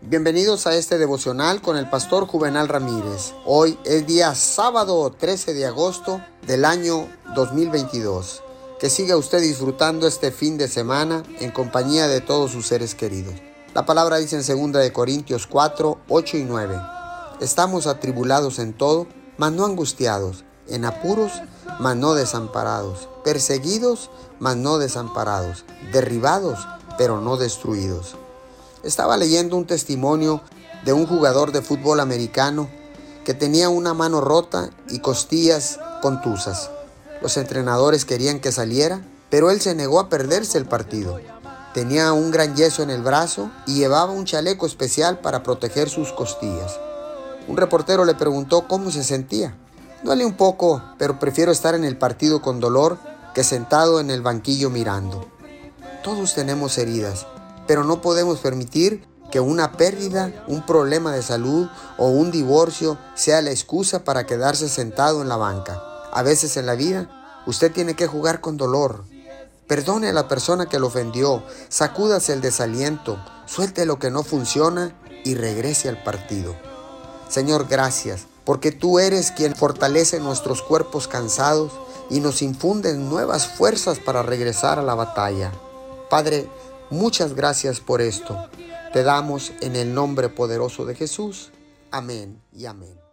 Bienvenidos a este devocional con el pastor Juvenal Ramírez. Hoy es día sábado 13 de agosto del año 2022. Que siga usted disfrutando este fin de semana en compañía de todos sus seres queridos. La palabra dice en 2 de Corintios 4, 8 y 9. Estamos atribulados en todo, mas no angustiados, en apuros, mas no desamparados, perseguidos, mas no desamparados, derribados, pero no destruidos. Estaba leyendo un testimonio de un jugador de fútbol americano que tenía una mano rota y costillas contusas. Los entrenadores querían que saliera, pero él se negó a perderse el partido. Tenía un gran yeso en el brazo y llevaba un chaleco especial para proteger sus costillas. Un reportero le preguntó cómo se sentía. Duele un poco, pero prefiero estar en el partido con dolor que sentado en el banquillo mirando. Todos tenemos heridas, pero no podemos permitir que una pérdida, un problema de salud o un divorcio sea la excusa para quedarse sentado en la banca. A veces en la vida, usted tiene que jugar con dolor. Perdone a la persona que lo ofendió, sacúdase el desaliento, suelte lo que no funciona y regrese al partido. Señor, gracias, porque tú eres quien fortalece nuestros cuerpos cansados y nos infunde nuevas fuerzas para regresar a la batalla. Padre, muchas gracias por esto. Te damos en el nombre poderoso de Jesús. Amén y amén.